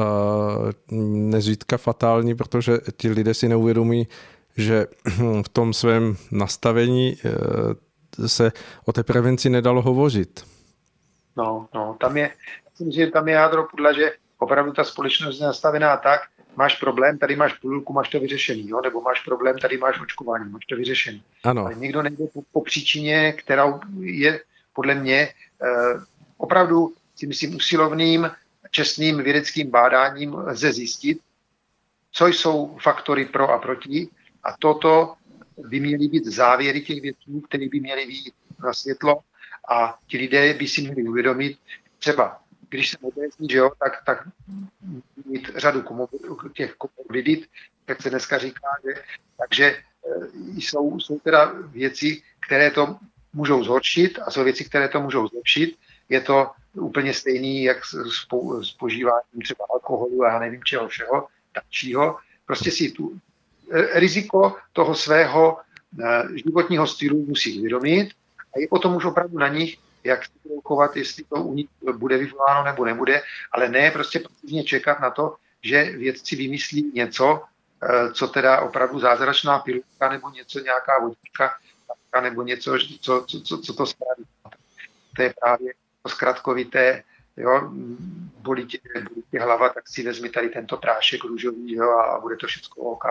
nezřídka fatální, protože ti lidé si neuvědomí, že v tom svém nastavení se o té prevenci nedalo hovořit. No, myslím, že tam je jádro pudla, že opravdu ta společnost je nastavená tak, máš problém, tady máš půlku, máš to vyřešený, jo? Nebo máš problém, tady máš očkování, máš to vyřešený. Ano. Ale nikdo nejde po příčině, která je podle mě opravdu, si myslím, usilovným, čestným vědeckým bádáním lze zjistit, co jsou faktory pro a proti, a toto by měly být závěry těch vědců, které by měly být na světlo, a ti lidé by si měli uvědomit, třeba když se nevězní, že jo, tak mít řadu těch komorbidit, jak se dneska říká, že, takže jsou teda věci, které to můžou zhoršit, a jsou věci, které to můžou zlepšit. Je to úplně stejný, jak s požíváním třeba alkoholu a já nevím čeho všeho, dalšího. Prostě si tu riziko toho svého životního stylu musí uvědomit a je potom už opravdu na nich, jak se budou chovat, jestli to u nich bude vyvoláno nebo nebude, ale ne prostě pasivně čekat na to, že vědci vymyslí něco, co teda opravdu zázračná pilulka nebo něco, nějaká vodítka nebo něco, co to spraví. To je právě to zkratkovité, jo, bolí tě hlava, tak si vezmi tady tento prášek růžový, jo, a bude to všechno OK.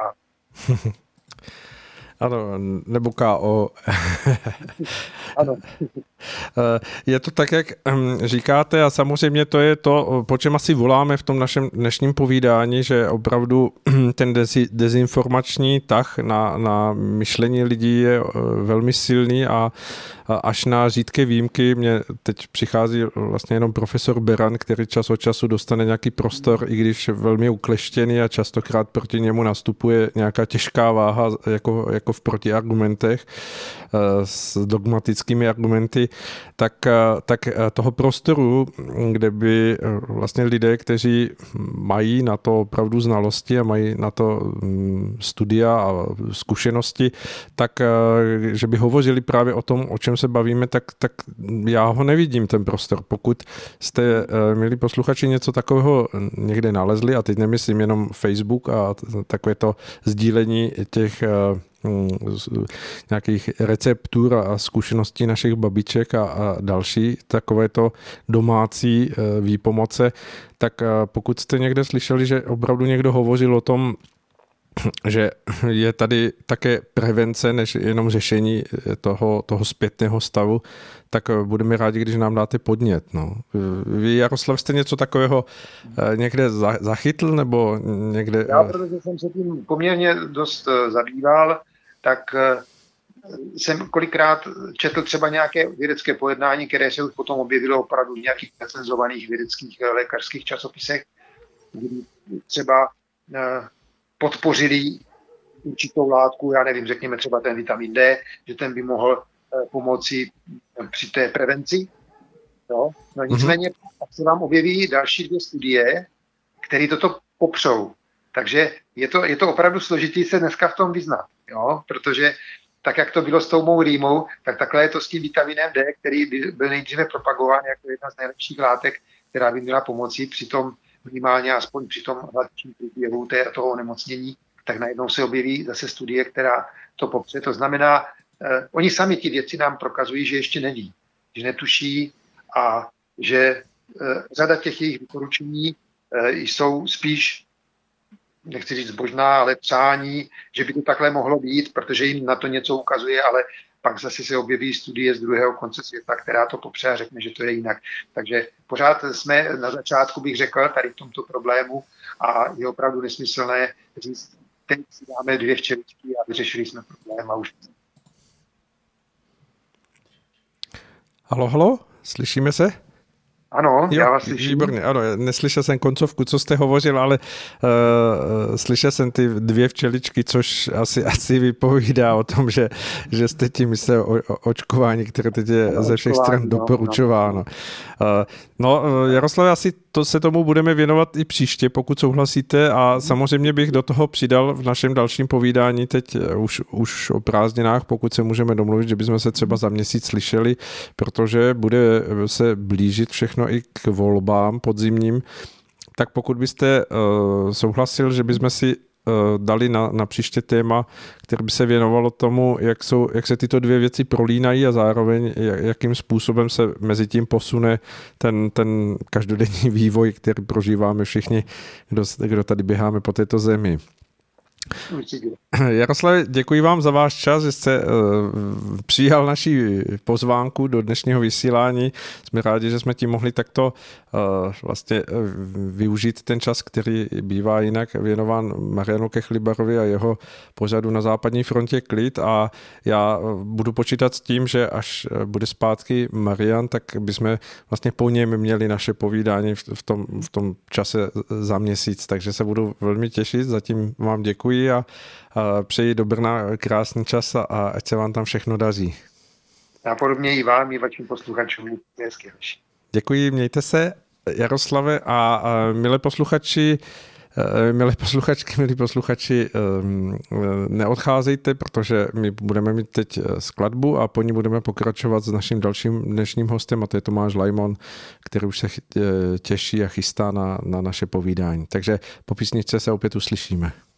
Ano, nebo KO. Ano. Je to tak, jak říkáte, a samozřejmě to je to, po čem asi voláme v tom našem dnešním povídání, že opravdu ten dezinformační tah na myšlení lidí je velmi silný a až na řídké výjimky mě teď přichází vlastně jenom profesor Beran, který čas od času dostane nějaký prostor, i když velmi ukleštěný, a častokrát proti němu nastupuje nějaká těžká váha jako jako v protiargumentech s dogmatickými argumenty, tak toho prostoru, kde by vlastně lidé, kteří mají na to opravdu znalosti a mají na to studia a zkušenosti, tak že by hovořili právě o tom, o čem se bavíme, tak já ho nevidím, ten prostor. Pokud jste, milí posluchači, něco takového někde nalezli, a teď nemyslím jenom Facebook a takové to sdílení těch nějakých receptur a zkušeností našich babiček a další takovéto domácí výpomoce, tak pokud jste někde slyšeli, že opravdu někdo hovořil o tom, že je tady také prevence než jenom řešení toho zpětného stavu, tak budeme rádi, když nám dáte podnět. No. Vy, Jaroslav, jste něco takového někde zachytl nebo někde? Já, protože jsem se tím poměrně dost zabýval, tak jsem kolikrát četl třeba nějaké vědecké pojednání, které se už potom objevilo opravdu v nějakých recenzovaných vědeckých lékařských časopisech, kdy třeba podpořili určitou látku, já nevím, řekněme třeba ten vitamin D, že ten by mohl pomoci při té prevenci. No nicméně se vám objeví další 2 studie, které toto popřou. Takže je to opravdu složitý se dneska v tom vyznat, jo? Protože tak, jak to bylo s tou mou rýmou, tak takhle je to s tím vitaminem D, který byl nejdříve propagován jako jedna z nejlepších látek, která by měla pomoci při tom minimálně aspoň při tom hladčím průběhu toho onemocnění, tak najednou se objeví zase studie, která to popře. To znamená, oni sami ti věci nám prokazují, že ještě neví, že netuší a že řada těch jejich doporučení jsou spíš, nechci říct zbožná, ale přání, že by to takhle mohlo být, protože jim na to něco ukazuje, ale pak zase se objeví studie z druhého konce světa, která to popře a řekne, že to je jinak. Takže pořád jsme na začátku, bych řekl, tady v tomto problému a je opravdu nesmyslné říct, teď si dáme 2 včeličky a vyřešili jsme problém a už. Halo, slyšíme se? Ano, já vás slyším. Výborně, ano, neslyšel jsem koncovku, co jste hovořil, ale slyšel jsem ty 2 včeličky, což asi vypovídá o tom, že jste tím myslel o očkování, které teď je ze všech stran doporučováno. No, Jaroslav, asi se tomu budeme věnovat i příště, pokud souhlasíte, a samozřejmě bych do toho přidal v našem dalším povídání teď už o prázdninách, pokud se můžeme domluvit, že bychom se třeba za měsíc slyšeli, protože bude se blížit všechno i k volbám podzimním, tak pokud byste souhlasil, že bychom si dali na příště téma, které by se věnovalo tomu, jak se tyto 2 věci prolínají a zároveň jakým způsobem se mezi tím posune ten každodenní vývoj, který prožíváme všichni, kdo tady běháme po této zemi. Jaroslave, děkuji vám za váš čas, že jste přijal naši pozvánku do dnešního vysílání. Jsme rádi, že jsme tím mohli takto vlastně využít ten čas, který bývá jinak věnován Marianu Kechlibarovi a jeho pořadu Na západní frontě Klid, a já budu počítat s tím, že až bude zpátky Marian, tak bychom vlastně po něm měli naše povídání v tom čase za měsíc, takže se budu velmi těšit. Zatím vám děkuji a přeji do Brna krásný čas a ať se vám tam všechno daří. Já podobně i vám, i vašim posluchačům. Děkuji, mějte se, Jaroslave, a milé posluchačky, milí posluchači, neodcházejte, protože my budeme mít teď skladbu a po ní budeme pokračovat s naším dalším dnešním hostem, a to je Tomáš Lajmon, který už se těší a chystá na naše povídání. Takže po písničce se opět uslyšíme.